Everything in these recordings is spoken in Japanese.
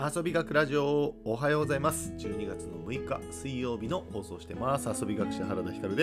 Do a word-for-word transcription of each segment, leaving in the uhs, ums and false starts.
遊び学ラジオ、おはようございます。じゅうにがつのむいか水曜日の放送してます。遊び学者原田光です。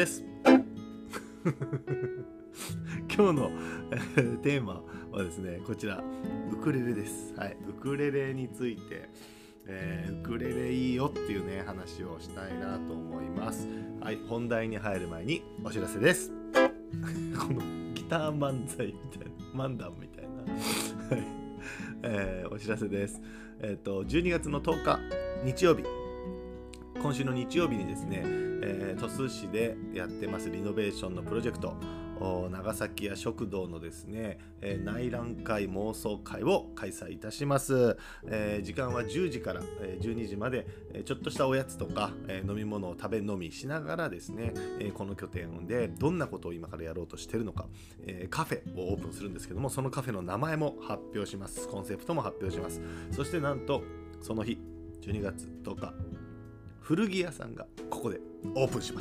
今日のテーマはですね、こちらウクレレです。はい、ウクレレについて、えー、ウクレレいいよっていうね話をしたいなと思います。はい、本題に入る前にお知らせです。このギター漫才みたいな、漫談みたいな、はい、えー、お知らせです。えっとじゅうにがつのとおか日曜日、今週の日曜日にですね、えー、鳥栖市でやってますリノベーションのプロジェクト、長崎屋食堂のですね、えー、内覧会妄想会を開催いたします。えー、時間はじゅうじからじゅうにじまで、えー、ちょっとしたおやつとか、えー、飲み物を食べ飲みしながらですね、えー、この拠点でどんなことを今からやろうとしているのか、えー、カフェをオープンするんですけども、そのカフェの名前も発表します。コンセプトも発表します。そしてなんとその日じゅうにがつとおか、古着屋さんがここでオープンします。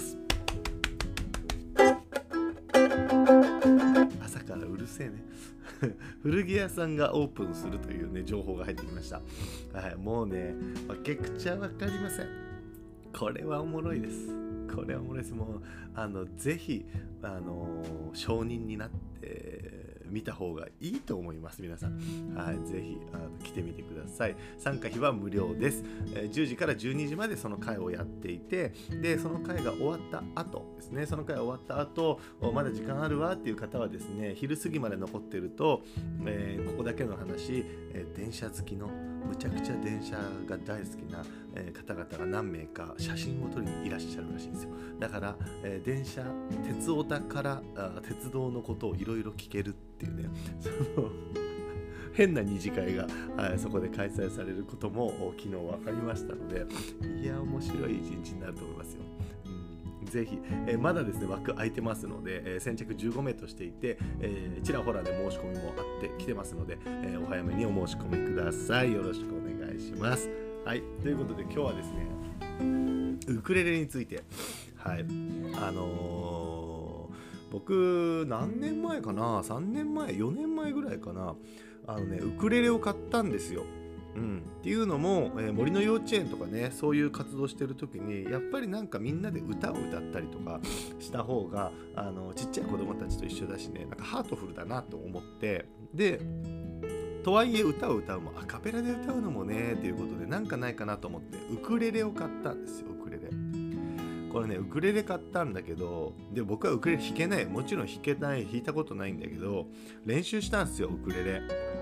朝からうるせえね。古着屋さんがオープンするというね情報が入ってきました。はい、もうねわけくちゃわかりません。これはおもろいです。これはおもろいです。もうあのぜひあの承認になって見た方がいいと思います。皆さん、はい、ぜひあの来てみてください。参加費は無料です。えー、じゅうじからじゅうにじまでその会をやっていて、でその会が終わった後ですね、その会が終わった後まだ時間あるわっていう方はですね、昼過ぎまで残ってると、えー、ここだけの話、えー、電車好きのむちゃくちゃ電車が大好きな、えー、方々が何名か写真を撮りにいらっしゃるらしいんですよ。だから、えー、電車鉄オタからあ鉄道のことをいろいろ聞けるっていうね、その変な二次会が、はい、そこで開催されることも昨日分かりましたので、いや面白い一日になると思いますよ。ぜひ、えー、まだですね枠空いてますので、えー、先着じゅうごめいとしていて、えー、ちらほらで申し込みもあってきてますので、えー、お早めにお申し込みください。よろしくお願いします。はい、ということで今日はですねウクレレについて、はい、あのー、僕何年前かな、さんねんまえよねんまえぐらいかな、あのねウクレレを買ったんですよ。うん、っていうのも、えー、森の幼稚園とかね、そういう活動してる時にやっぱりなんかみんなで歌を歌ったりとかした方があのちっちゃい子供たちと一緒だしね、なんかハートフルだなと思って、でとはいえ歌を歌うもアカペラで歌うのもねっていうことでなんかないかなと思ってウクレレを買ったんですよ。ウクレレこれねウクレレ買ったんだけど、で僕はウクレレ弾けない、もちろん弾けない、弾いたことないんだけど練習したんですよ。ウクレレ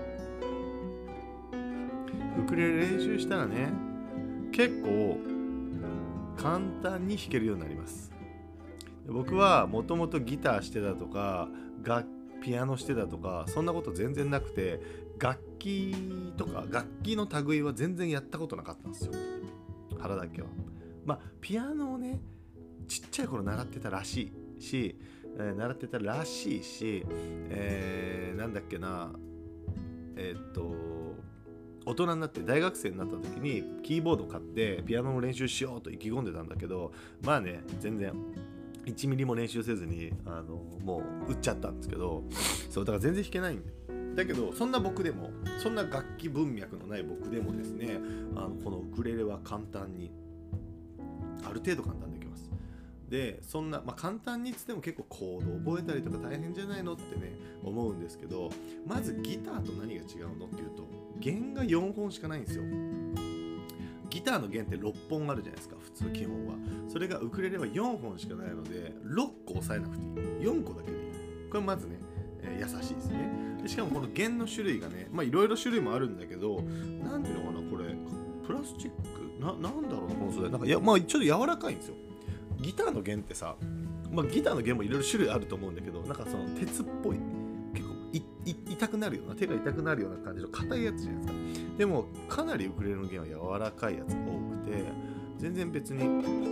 ウクレレ練習したらね、結構簡単に弾けるようになります。僕はもともとギターしてたとか楽ピアノしてたとかそんなこと全然なくて、楽器とか楽器の類は全然やったことなかったんですよ、原田家は。まあピアノをねちっちゃい頃習ってたらしいし、えー、習ってたらしいし、えー、なんだっけなえー、っと大人になって大学生になった時にキーボード買ってピアノの練習しようと意気込んでたんだけど、まあね全然いちミリも練習せずにあのもう売っちゃったんですけど、そうだから全然弾けないんだけど、そんな僕でもそんな楽器文脈のない僕でもですね、あのこのウクレレは簡単にある程度簡単にできます。でそんな、まあ、簡単につっても結構コード覚えたりとか大変じゃないのってね思うんですけど、まずギターと何が違うのっていうと弦がよんほんしかないんですよ。ギターの弦ってろっぽんあるじゃないですか普通基本は。それがウクレレはよんほんしかないのでろっこ押さえなくていい、よんこだけでいい。これまずね、えー、優しいですね。でしかもこの弦の種類がね、まあいろいろ種類もあるんだけど、なんていうのかな、これプラスチックな、なんだろうなこの素材、なんかいや、まあちょっと柔らかいんですよ。ギターの弦ってさ、まあギターの弦もいろいろ種類あると思うんだけど、なんかその鉄っぽい、結構いい痛くなるような、手が痛くなるような感じの硬いやつじゃないですか。でもかなりウクレレの弦は柔らかいやつが多くて、全然別に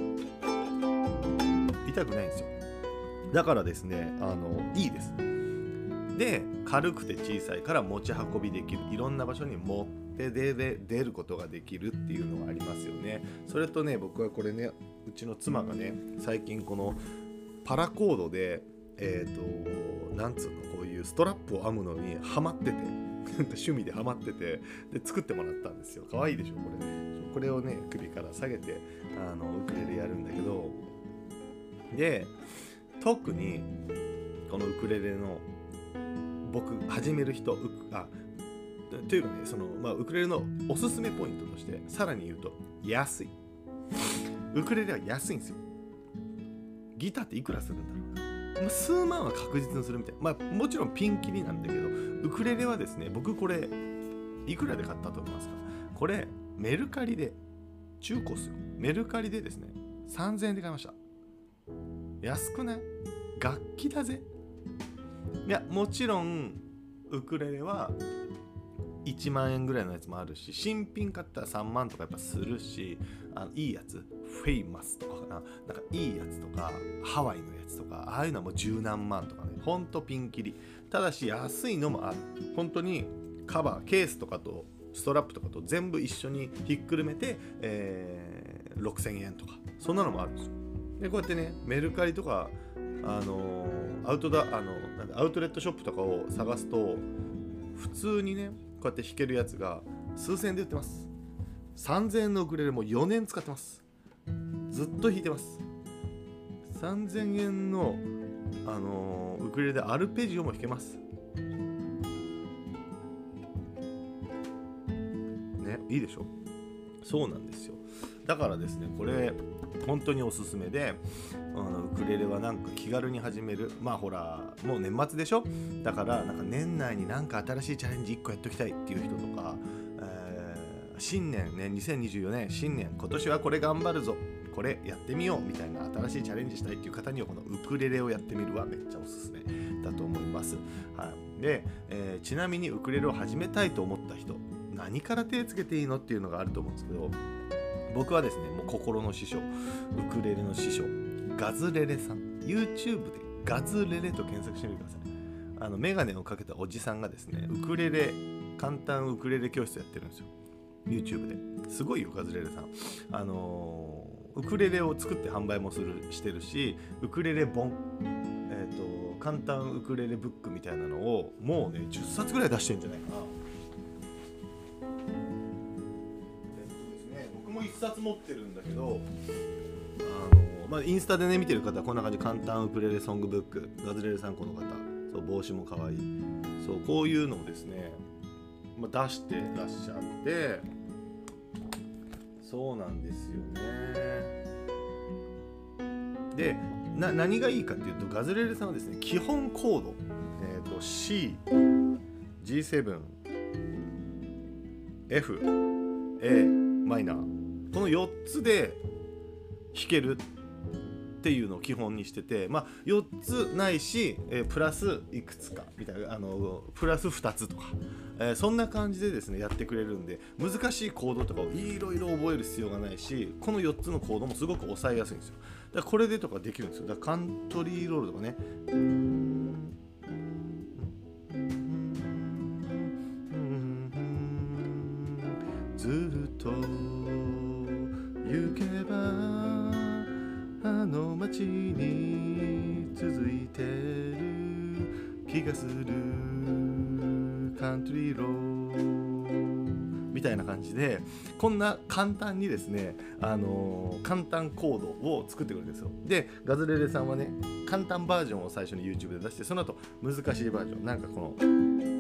痛くないんですよ。だからですね、あのいいです。で軽くて小さいから持ち運びできる、いろんな場所に持って出れ出ることができるっていうのがありますよね。それとね、僕はこれね、うちの妻がね最近このパラコードでえっ、となんつうの、こういうストラップを編むのにハマってて趣味でハマってて、で作ってもらったんですよ。かわいいでしょこれ。これをね首から下げてあのウクレレやるんだけど、で特にこのウクレレの僕始める人、うあというかね、その、まあ、ウクレレのおすすめポイントとしてさらに言うと、安い。ウクレレは安いんですよ。ギターっていくらするんだろうな、まあ、数万は確実にするみたいな。まあもちろんピンキリなんだけど、ウクレレはですね、僕これいくらで買ったと思いますか？これメルカリで、中古っすよ。メルカリでですねさんぜんえんで買いました。安くない？楽器だぜ。いやもちろんウクレレはいちまんえんぐらいのやつもあるし、新品買ったらさんまんとかやっぱするし、あのいいやつ、フェイマスとかかな、なんかいいやつとかハワイのやつとか、ああいうのはもう十何万とかね、ほんとピンキリ。ただし安いのもある。本当にカバー、ケースとかとストラップとかと全部一緒にひっくるめて、えー、ろくせんえんとか、そんなのもあるんですよ。でこうやってねメルカリとかあのー、アウトだあのなんだアウトレットショップとかを探すと、普通にねこうやって弾けるやつが数千円で売ってます。さんぜんえんのウクレレもよねん使ってます。ずっと弾いてます。さんぜんえんの、あのー、ウクレレでアルペジオも弾けます。ね、いいでしょ。そうなんですよ。だからですね、これ本当におすすめで、あのウクレレはなんか気軽に始める。まあほらもう年末でしょ。だからなんか年内になんか新しいチャレンジいっこやっときたいっていう人とか、えー、新年ねにせんにじゅうよねん新年、今年はこれ頑張るぞ、これやってみようみたいな新しいチャレンジしたいっていう方にはこのウクレレをやってみるはめっちゃおすすめだと思います。はい、で、えー、ちなみにウクレレを始めたいと思った人、何から手つけていいのっていうのがあると思うんですけど、僕はですねもう心の師匠、ウクレレの師匠ガズレレさん、 YouTube でガズレレと検索してみてください。あのメガネをかけたおじさんがですねウクレレ簡単ウクレレ教室やってるんですよ YouTube で。すごいよガズレレさん。あのー、ウクレレを作って販売もするしてるし、ウクレレ本、えっ、ー、と簡単ウクレレブックみたいなのをもうねじゅっさつぐらい出してるんじゃないかな。いっさつ持ってるんだけど、あの、まあ、インスタでね見てる方はこんな感じ、簡単ウクレレソングブック、ガズレレさんこの方、そう帽子も可愛い、そうこういうのをですね、まあ、出してらっしゃって、そうなんですよね。でな何がいいかっていうと、ガズレレさんはですね基本コード、えー、と C、ジーセブン、F、A、マイナー、このよっつで弾けるっていうのを基本にしてて、まあよっつないし、えー、プラスいくつかみたいな、あのプラスふたつとか、えー、そんな感じでですねやってくれるんで、難しいコードとかをいろいろ覚える必要がないし、このよっつのコードもすごく抑えやすいんですよ。だからこれでとかできるんですよ。だからカントリーロールとかね、ずっと行けばあの街に続いてる気がするカントリーローみたいな感じで、こんな簡単にですね、あのー、簡単コードを作ってくるんですよ。でガズレレさんはね簡単バージョンを最初に YouTube で出して、その後難しいバージョン、なんかこの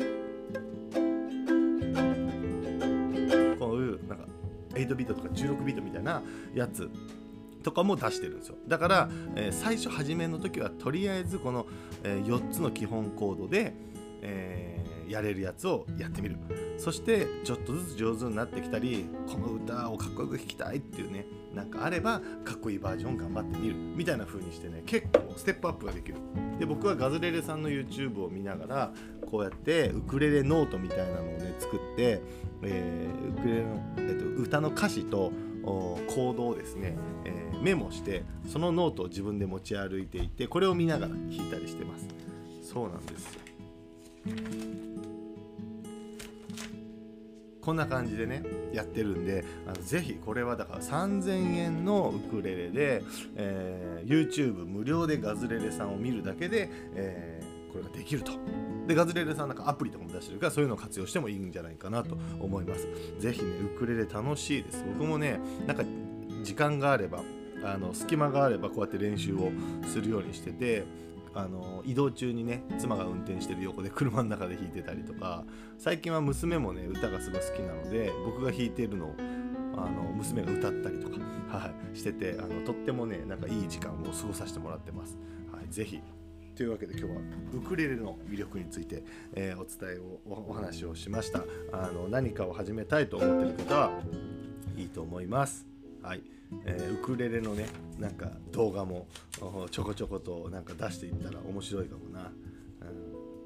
はちビートとかじゅうろくビートみたいなやつとかも出してるんですよ。だから、えー、最初初めの時はとりあえずこの、えー、よっつの基本コードで、えー、やれるやつをやってみる。そしてちょっとずつ上手になってきたり、この歌をかっこよく弾きたいっていうね、なんかあればかっこいいバージョン頑張ってみるみたいな風にしてね、結構ステップアップができる。で僕はガズレレさんの YouTube を見ながらこうやってウクレレノートみたいなのをね作って、えー、ウクレレの、えっと、歌の歌詞とコードをですね、えー、メモして、そのノートを自分で持ち歩いていて、これを見ながら弾いたりしてます。そうなんですよ。こんな感じでね、 やってるんで、あのぜひこれはだからさんぜんえんのウクレレで、えー、YouTube 無料でガズレレさんを見るだけで、えー、これができると。でガズレレさんなんかアプリとかも出してるから、そういうのを活用してもいいんじゃないかなと思います。ぜひねウクレレ楽しいです。僕もねなんか時間があれば、あの隙間があればこうやって練習をするようにしてて、あの移動中にね妻が運転してる横で車の中で弾いてたりとか、最近は娘もね歌がすごい好きなので僕が弾いてるのをあの娘が歌ったりとか、はい、してて、あのとってもねなんかいい時間を過ごさせてもらってます。はい、ぜひというわけで今日はウクレレの魅力について、えー、お伝えを お, お話をしました。あの何かを始めたいと思っている方はいいと思います。はい、えー、ウクレレのねなんか動画もちょこちょことなんか出していったら面白いかもな、うん、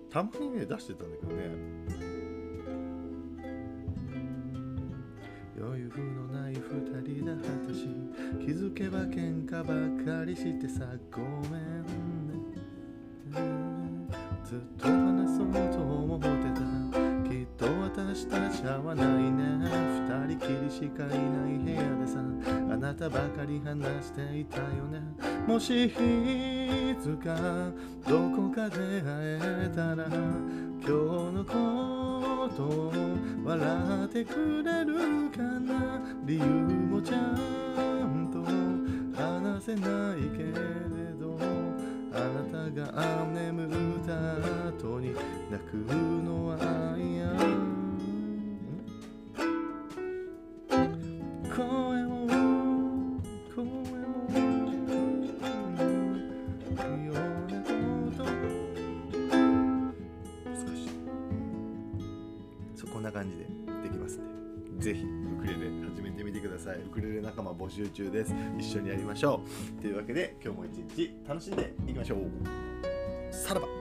たまにね出してたんだけどね。余裕のない二人だ私、気づけば喧嘩ばかりしてさ、ごめんね、ずっと話そうと思ってた、きっと私たちはないね、二人きりしかいない部屋でさ、あなたばかり話していたよね。もしいつかどこかで会えたら、今日のことを笑ってくれるかな。理由もちゃんと話せないけれど、あなたが眠った後に泣くのは嫌。声も声もようなこと難しい。そうこんな感じでできますね。ぜひウクレレ始めてみてください。ウクレレ仲間募集中です。一緒にやりましょう。というわけで今日も一日楽しんでいきましょう。さらば。